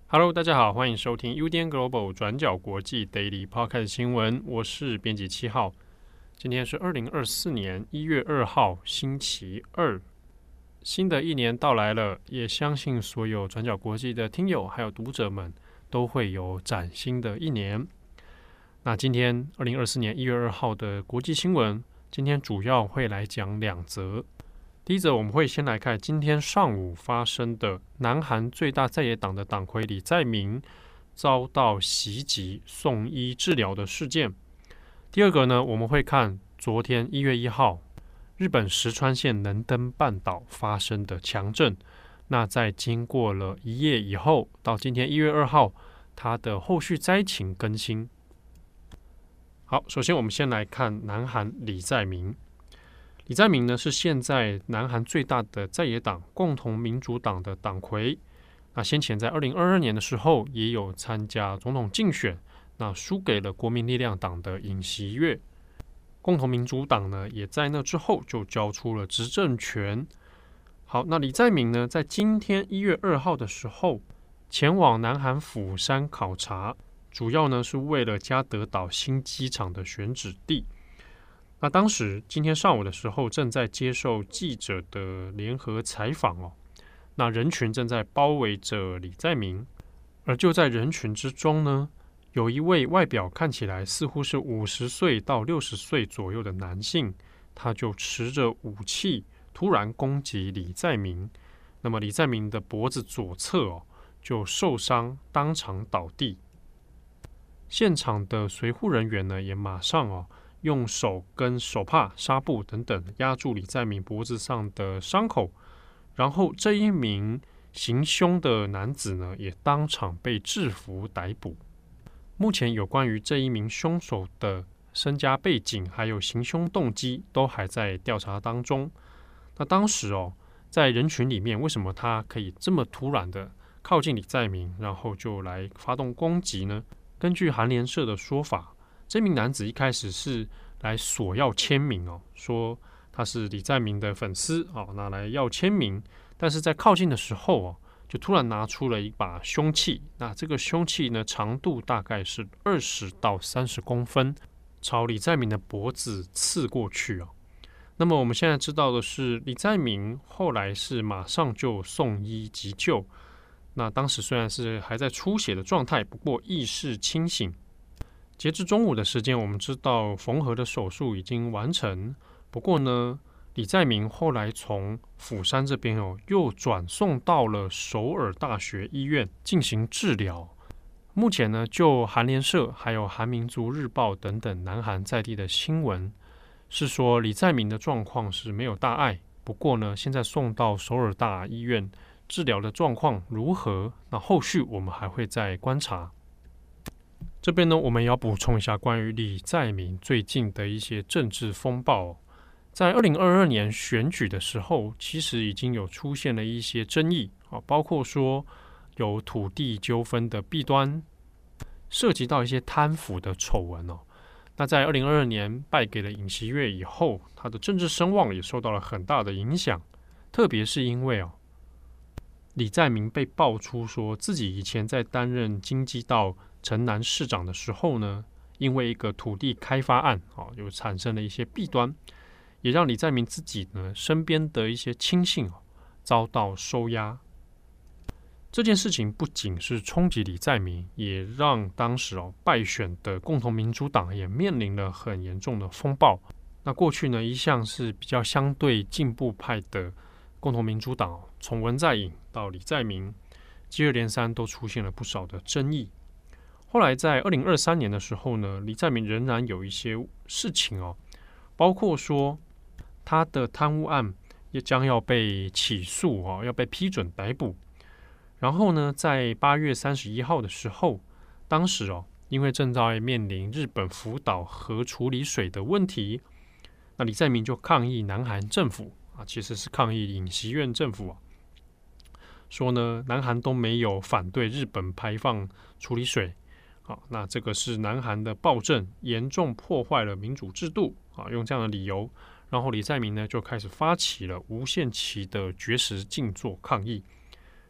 Hello， 大家好，欢迎收听 UDN Global 转角国际 Daily Podcast 新闻，我是编辑7号。今天是2024年1月2号，星期二。新的一年到来了，也相信所有转角国际的听友还有读者们都会有崭新的一年。那今天2024年1月2号的国际新闻，今天主要会来讲2则。第一则，我们会先来看今天上午发生的南韩最大在野党的党魁李在明遭到袭击送医治疗的事件。第二个呢，我们会看昨天1月1号日本石川县能登半岛发生的强震。那在经过了一夜以后，到今天1月2号，它的后续灾情更新。好，首先我们先来看南韩李在明。李在明呢是现在南韩最大的在野党共同民主党的党魁。那先前在2022年的时候也有参加总统竞选，那输给了国民力量党的尹锡悦。共同民主党呢也在那之后就交出了执政权。好，那李在明呢在今天1月2号的时候前往南韩釜山考察，主要呢是为了嘉德岛新机场的选址地。那当时今天上午的时候，正在接受记者的联合采访哦。那人群正在包围着李在明，而就在人群之中呢，有一位外表看起来似乎是50岁到60岁左右的男性，他就持着武器突然攻击李在明。那么李在明的脖子左侧就受伤，当场倒地。现场的随护人员呢，也马上用手跟手帕、纱布等等压住李在明脖子上的伤口，然后这一名行凶的男子呢，也当场被制服逮捕。目前有关于这一名凶手的身家背景还有行凶动机都还在调查当中。那当时在人群里面，为什么他可以这么突然的靠近李在明，然后就来发动攻击呢？根据韩联社的说法，这名男子一开始是来索要签名说他是李在明的粉丝拿来要签名，但是在靠近的时候就突然拿出了一把凶器。那这个凶器呢，长度大概是20到30公分，朝李在明的脖子刺过去那么我们现在知道的是，李在明后来是马上就送医急救。那当时虽然是还在出血的状态，不过意识清醒。截至中午的时间，我们知道缝合的手术已经完成。不过呢，李在明后来从釜山这边又转送到了首尔大学医院进行治疗。目前呢，就韩联社还有韩民族日报等等南韩在地的新闻是说，李在明的状况是没有大碍。不过呢，现在送到首尔大医院治疗的状况如何？那后续我们还会再观察。这边呢，我们也要补充一下关于李在明最近的一些政治风暴。在2022年选举的时候，其实已经有出现了一些争议包括说有土地纠纷的弊端，涉及到一些贪腐的丑闻那在2022年败给了尹锡悦以后，他的政治声望也受到了很大的影响，特别是因为李在明被爆出说自己以前在担任京畿道城南市长的时候呢，因为一个土地开发案有产生了一些弊端，也让李在明自己呢身边的一些亲信遭到收押。这件事情不仅是冲击李在明，也让当时败选的共同民主党也面临了很严重的风暴。那过去呢，一向是比较相对进步派的共同民主党，从文在寅到李在明，接二连三都出现了不少的争议。后来在2023年的时候呢，李在明仍然有一些事情包括说他的贪污案也将要被起诉要被批准逮捕。然后呢，在8月31号的时候，当时因为正在面临日本福岛核处理水的问题，那李在明就抗议南韩政府其实是抗议尹锡悦政府说呢，南韩都没有反对日本排放处理水那这个是南韩的暴政，严重破坏了民主制度用这样的理由，然后李在明呢就开始发起了无限期的绝食静坐抗议。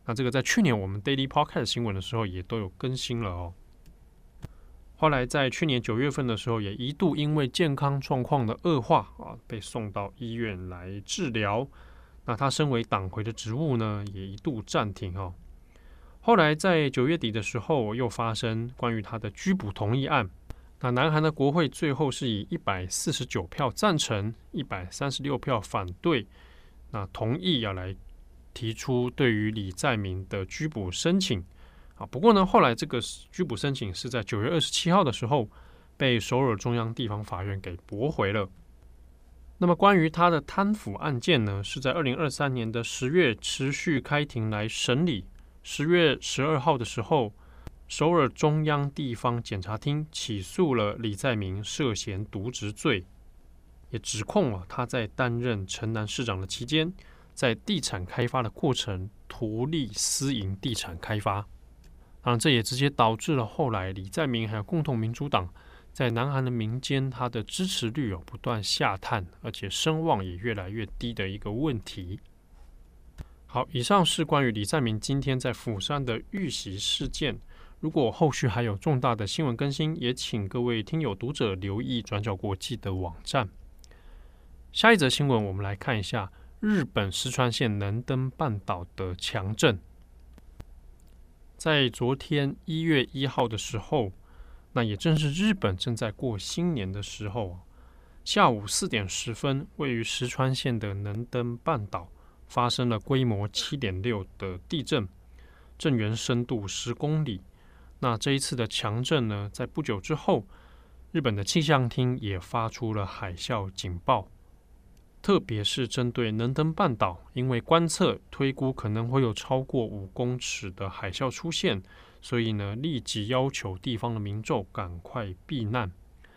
那这个在去年我们 Daily Podcast 新闻的时候也都有更新了哦。后来在去年9月份的时候，也一度因为健康状况的恶化被送到医院来治疗。那他身为党魁的职务呢，也一度暂停哦。后来在9月底的时候，又发生关于他的拘捕同意案。那南韩的国会最后是以149票赞成、136票反对，那同意要来提出对于李在明的拘捕申请。不过呢，后来这个拘捕申请是在9月27号的时候被首尔中央地方法院给驳回了。那么关于他的贪腐案件呢，是在2023年的10月持续开庭来审理。10月12号的时候，首尔中央地方检察厅起诉了李在明涉嫌渎职罪，也指控他在担任城南市长的期间，在地产开发的过程图利私营地产开发。当然，这也直接导致了后来李在明还有共同民主党在南韩的民间，他的支持率不断下探，而且声望也越来越低的一个问题。好，以上是关于李在明今天在釜山的遇袭事件。如果后续还有重大的新闻更新，也请各位听友读者留意转角国际的网站。下一则新闻，我们来看一下日本石川县能登半岛的强震。在昨天1月1号的时候，那也正是日本正在过新年的时候，下午4点10分，位于石川县的能登半岛发生了规模7.6的地震，震源深度10公里。那这一次的强震呢，在不久之后，日本的气象厅也发出了海啸警报，特别是针对能登半岛，因为观测推估可能会有超过5公尺的海啸出现，所以呢，立即要求地方的民众赶快避难。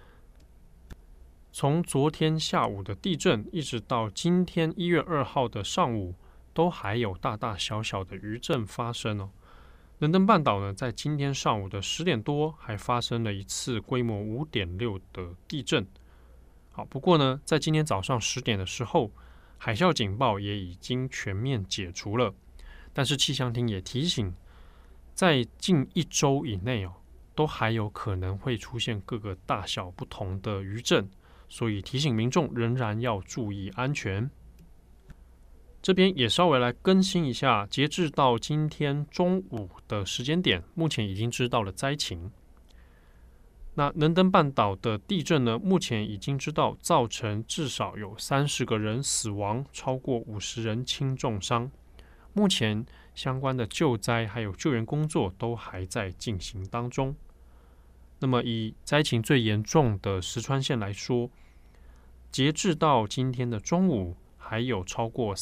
从昨天下午的地震，一直到今天1月2号的上午，都还有大大小小的余震发生哦。能登半岛呢，在今天上午的10点多，还发生了一次规模5.6的地震。好，不过呢，在今天早上10点的时候，海啸警报也已经全面解除了。但是气象厅也提醒，在近1周以内都还有可能会出现各个大小不同的余震，所以提醒民众仍然要注意安全。这边也稍微来更新一下，截至到今天中午的时间点，目前已经知道了灾情。那能登半岛的地震呢，目前已经知道造成至少有30个人死亡，超过50人轻重伤。目前相关的救灾还有救援工作都还在进行当中。那么以灾情最严重的石川县来说，截至到今天的中午，还有超过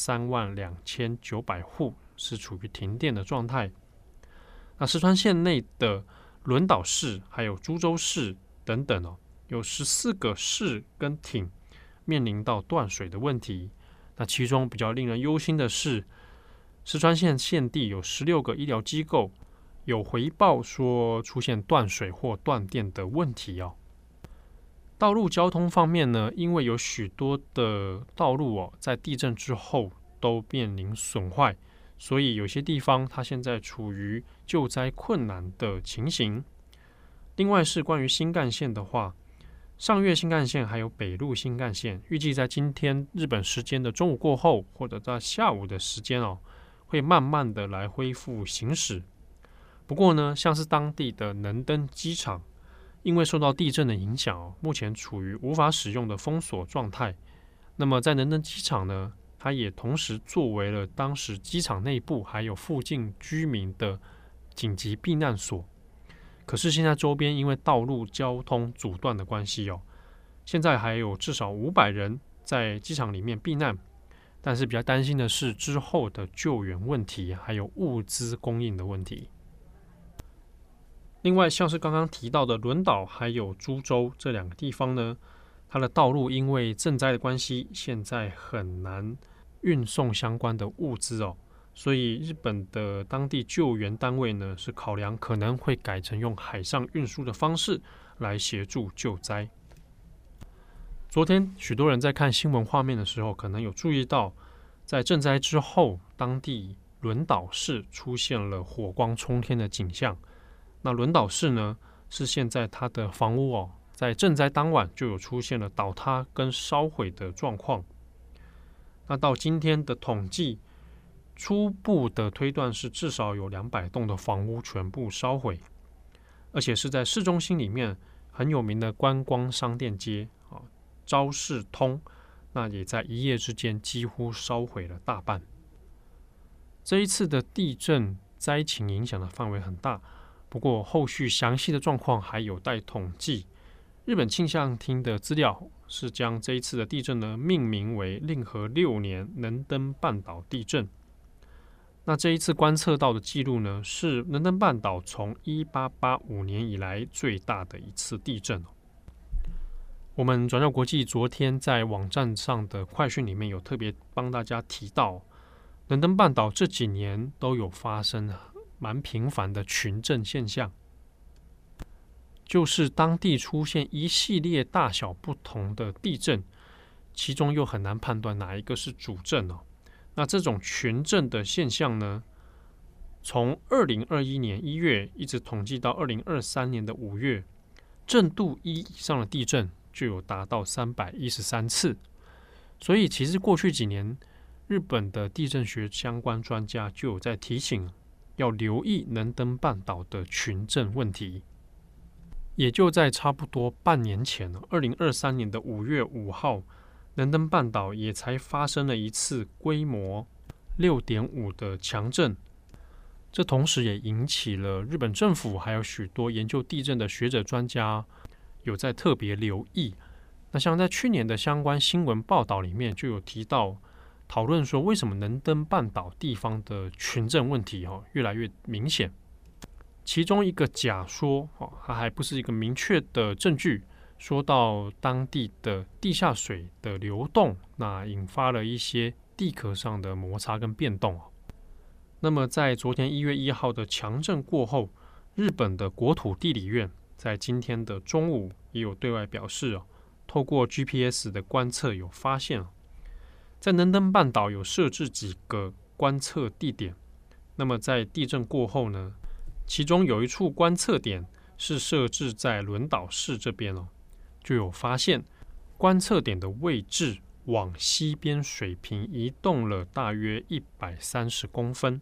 32900户是处于停电的状态。那石川县内的轮岛市还有珠洲市等等有14个市跟町面临到断水的问题。那其中比较令人忧心的是，石川县县地有16个医疗机构有回报说出现断水或断电的问题道路交通方面呢，因为有许多的道路在地震之后都面临损坏，所以有些地方它现在处于救灾困难的情形。另外是关于新干线的话，上越新干线还有北陆新干线，预计在今天日本时间的中午过后，或者在下午的时间会慢慢的来恢复行驶。不过呢，像是当地的能登机场，因为受到地震的影响目前处于无法使用的封锁状态。那么在能登机场呢，它也同时作为了当时机场内部还有附近居民的紧急避难所。可是现在周边因为道路交通阻断的关系现在还有至少500人在机场里面避难。但是比较担心的是之后的救援问题，还有物资供应的问题。另外，像是刚刚提到的轮岛还有珠洲这2个地方呢，它的道路因为震灾的关系，现在很难运送相关的物资所以日本的当地救援单位呢，是考量可能会改成用海上运输的方式来协助救灾。昨天许多人在看新闻画面的时候，可能有注意到，在震灾之后，当地轮岛市出现了火光冲天的景象。那轮岛市呢，是现在它的房屋在震灾当晚就有出现了倒塌跟烧毁的状况。那到今天的统计，初步的推断是至少有200栋的房屋全部烧毁，而且是在市中心里面很有名的观光商店街朝市通，那也在一夜之间几乎烧毁了大半。这一次的地震灾情影响的范围很大，不过后续详细的状况还有待统计。日本气象厅的资料是将这一次的地震呢命名为令和6年能登半岛地震。那这一次观测到的记录呢，是能登半岛从1885年以来最大的一次地震。我们转角国际昨天在网站上的快讯里面有特别帮大家提到，能登半岛这几年都有发生蛮频繁的群震现象，就是当地出现一系列大小不同的地震，其中又很难判断哪一个是主震。那这种群震的现象呢，从2021年1月一直统计到2023年的5月，震度1以上的地震就有达到313次。所以其实过去几年，日本的地震学相关专家就有在提醒，要留意能登半岛的群震问题。也就在差不多半年前，2023年的5月5号，能登半岛也才发生了一次规模6.5的强震。这同时也引起了日本政府还有许多研究地震的学者专家有在特别留意。那像在去年的相关新闻报道里面就有提到，讨论说为什么能登半岛地方的群震问题越来越明显。其中一个假说它还不是一个明确的证据，说到当地的地下水的流动，那引发了一些地壳上的摩擦跟变动。那么在昨天1月1号的强震过后，日本的国土地理院在今天的中午也有对外表示，透过 GPS 的观测有发现，在能登半岛有设置几个观测地点。那么在地震过后呢，其中有一处观测点是设置在轮岛市这边，就有发现观测点的位置往西边水平移动了大约130公分。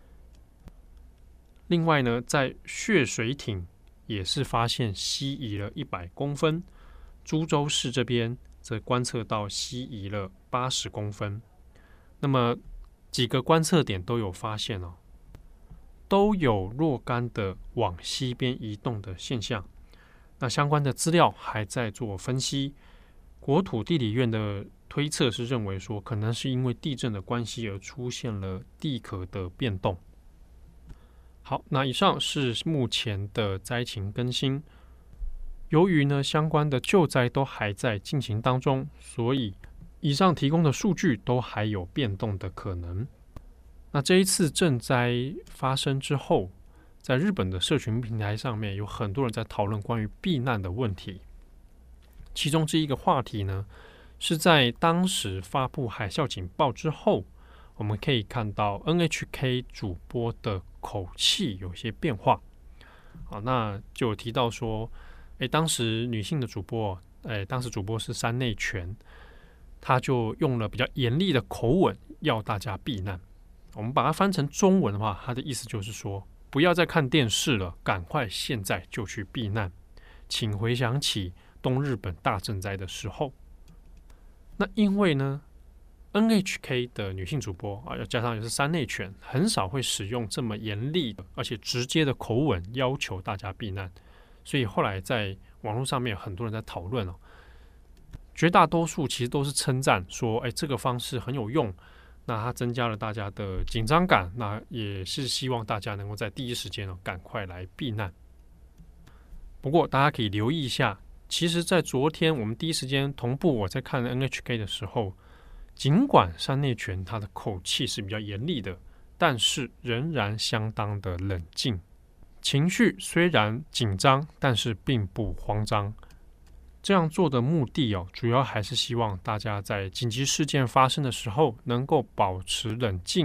另外呢，在血水町也是发现西移了100公分，株洲市这边则观测到西移了80公分。那么几个观测点都有发现都有若干的往西边移动的现象。那相关的资料还在做分析。国土地理院的推测是认为说，可能是因为地震的关系而出现了地壳的变动。好，那以上是目前的灾情更新。由于呢相关的救灾都还在进行当中，所以以上提供的数据都还有变动的可能。那这一次震灾发生之后，在日本的社群平台上面有很多人在讨论关于避难的问题。其中这一个话题呢，是在当时发布海啸警报之后，我们可以看到 NHK 主播的口气有些变化。好，那就有提到说，当时女性的主播，当时主播是山内全，他就用了比较严厉的口吻要大家避难。我们把它翻成中文的话，它的意思就是说，不要再看电视了，赶快现在就去避难，请回想起东日本大震灾的时候。那因为呢 NHK 的女性主播要加上也是山内全，很少会使用这么严厉的而且直接的口吻要求大家避难，所以后来在网络上面有很多人在讨论绝大多数其实都是称赞说，这个方式很有用，那它增加了大家的紧张感，那也是希望大家能够在第一时间赶快来避难。不过大家可以留意一下，其实在昨天我们第一时间同步我在看 NHK 的时候，尽管山内全他的口气是比较严厉的，但是仍然相当的冷静，情绪虽然紧张，但是并不慌张。这样做的目的主要还是希望大家在紧急事件发生的时候能够保持冷静，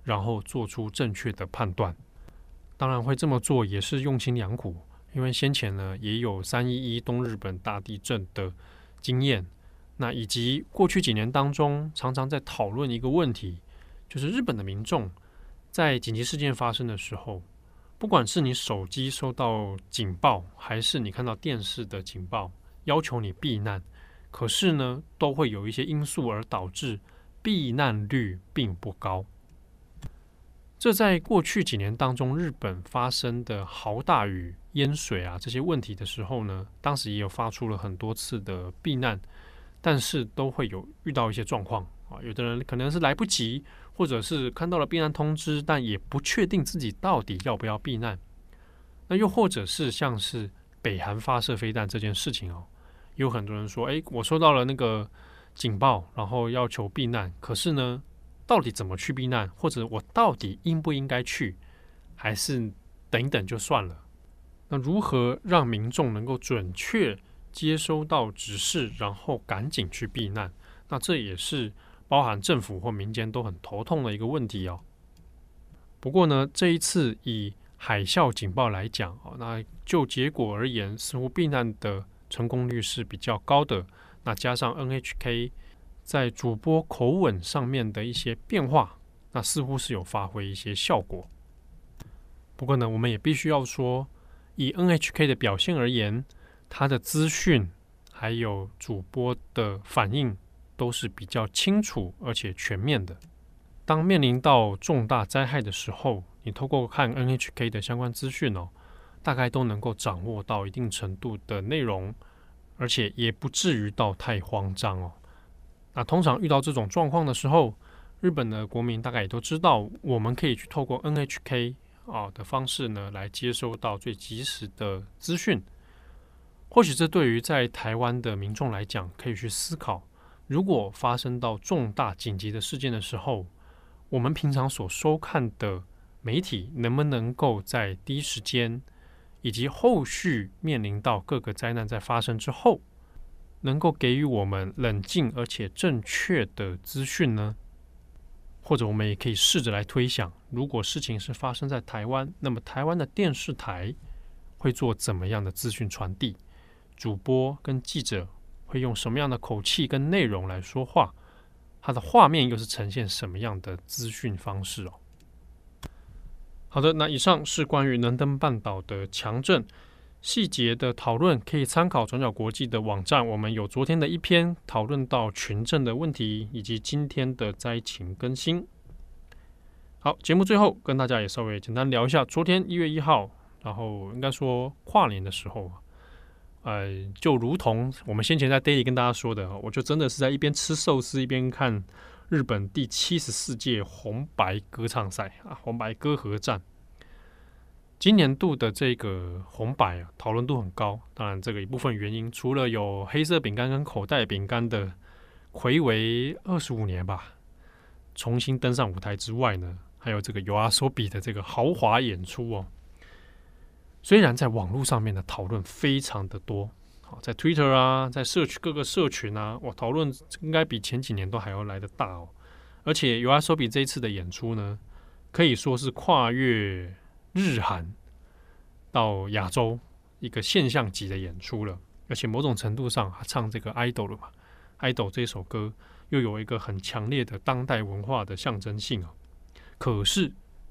然后做出正确的判断。当然会这么做也是用心良苦，因为先前呢也有311东日本大地震的经验，那以及过去几年当中常常在讨论一个问题，就是日本的民众在紧急事件发生的时候，不管是你手机收到警报，还是你看到电视的警报要求你避难，可是呢都会有一些因素而导致避难率并不高。这在过去几年当中，日本发生的豪大雨、淹水这些问题的时候呢，当时也有发出了很多次的避难，但是都会有遇到一些状况有的人可能是来不及，或者是看到了避难通知，但也不确定自己到底要不要避难。那又或者是像是北韩发射飞弹这件事情有很多人说，我收到了那个警报，然后要求避难，可是呢到底怎么去避难，或者我到底应不应该去，还是等一等就算了。那如何让民众能够准确接收到指示，然后赶紧去避难，那这也是包含政府或民间都很头痛的一个问题不过呢，这一次以海啸警报来讲那就结果而言，似乎避难的成功率是比较高的。那加上 NHK在主播口吻上面的一些变化，那似乎是有发挥一些效果。不过呢，我们也必须要说，以 NHK 的表现而言，它的资讯还有主播的反应都是比较清楚而且全面的。当面临到重大灾害的时候，你透过看 NHK 的相关资讯大概都能够掌握到一定程度的内容，而且也不至于到太慌张那通常遇到这种状况的时候，日本的国民大概也都知道，我们可以去透过 NHK 的方式呢，来接收到最及时的资讯。或许这对于在台湾的民众来讲，可以去思考，如果发生到重大紧急的事件的时候，我们平常所收看的媒体能不能够在第一时间，以及后续面临到各个灾难在发生之后，能够给予我们冷静而且正确的资讯呢？或者我们也可以试着来推想，如果事情是发生在台湾，那么台湾的电视台会做怎么样的资讯传递？主播跟记者会用什么样的口气跟内容来说话？它的画面又是呈现什么样的资讯方式好的，那以上是关于能登半岛的强震细节的讨论，可以参考转角国际的网站，我们有昨天的一篇讨论到群震的问题，以及今天的灾情更新。好，节目最后跟大家也稍微简单聊一下，昨天1月1号，然后应该说跨年的时候就如同我们先前在 Daily 跟大家说的，我就真的是在一边吃寿司一边看日本第74届红白歌唱赛红白歌合战。今年度的这个红白讨论度很高，当然这个一部分原因，除了有黑色饼干跟口袋饼干的睽违25年吧重新登上舞台之外呢，还有这个YOASOBI的这个豪华演出虽然在网络上面的讨论非常的多，在 Twitter 在各个社群讨论应该比前几年都还要来得大而且YOASOBI这一次的演出呢，可以说是跨越日韩到亚洲一个现象级的演出了，而且某种程度上他唱这个 idol 了嘛 ，idol 这首歌又有一个很强烈的当代文化的象征性可是，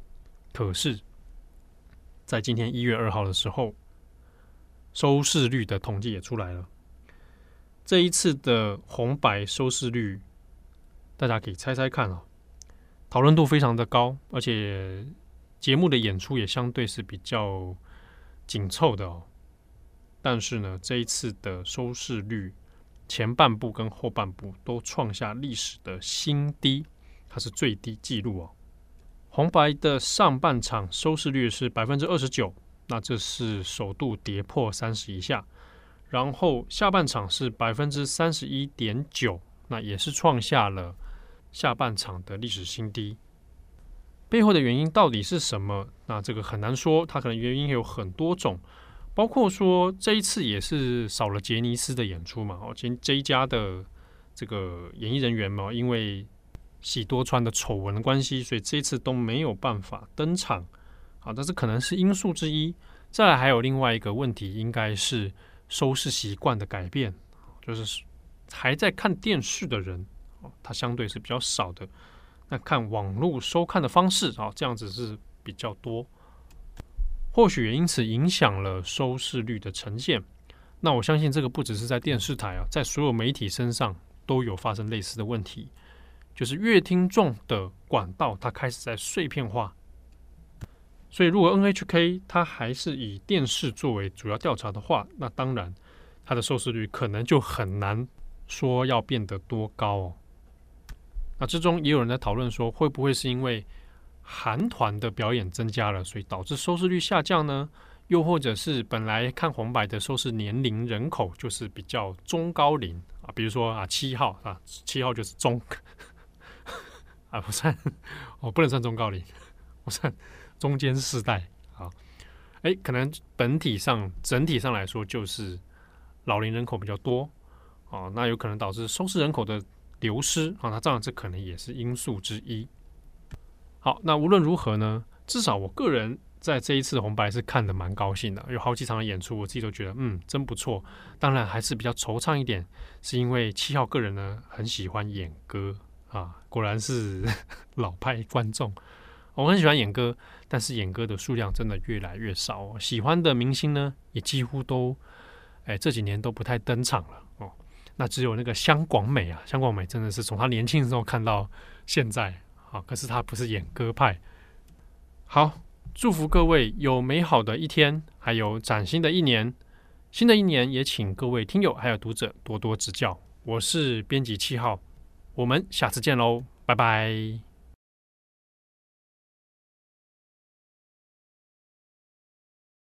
在今天1月2号的时候，收视率的统计也出来了。这一次的红白收视率，大家可以猜猜看讨论度非常的高，而且节目的演出也相对是比较紧凑的但是呢，这一次的收视率前半部跟后半部都创下历史的新低，它是最低纪录红白的上半场收视率是 29%， 那这是首度跌破30以下，然后下半场是 31.9%， 那也是创下了下半场的历史新低。背后的原因到底是什么？那这个很难说，它可能原因有很多种，包括说这一次也是少了杰尼斯的演出嘛，这一家的这个演艺人员嘛，因为喜多川的丑闻的关系，所以这一次都没有办法登场。好，但是可能是因素之一。再来还有另外一个问题，应该是收视习惯的改变，就是还在看电视的人，它相对是比较少的。那看网络收看的方式，这样子是比较多，或许也因此影响了收视率的呈现。那我相信这个不只是在电视台在所有媒体身上都有发生类似的问题，就是乐听众的管道它开始在碎片化。所以如果 NHK 它还是以电视作为主要调查的话，那当然它的收视率可能就很难说要变得多高那之中也有人在讨论说，会不会是因为韩团的表演增加了，所以导致收视率下降呢？又或者是本来看红白的收视年龄人口就是比较中高龄比如说7号7号就是中不算不能算中高龄，我算中间世代可能整体上来说就是老龄人口比较多那有可能导致收视人口的流失那当然这可能也是因素之一。好，那无论如何呢，至少我个人在这一次红白是看得蛮高兴的，有好几场的演出我自己都觉得真不错。当然还是比较惆怅一点，是因为7号个人呢很喜欢演歌果然是老派观众。我很喜欢演歌，但是演歌的数量真的越来越少喜欢的明星呢也几乎都这几年都不太登场了那只有那个香广美香广美真的是从他年轻的时候看到现在可是他不是演歌派。好，祝福各位有美好的一天，还有崭新的一年。新的一年也请各位听友还有读者多多指教。我是编辑7号，我们下次见喽，拜拜。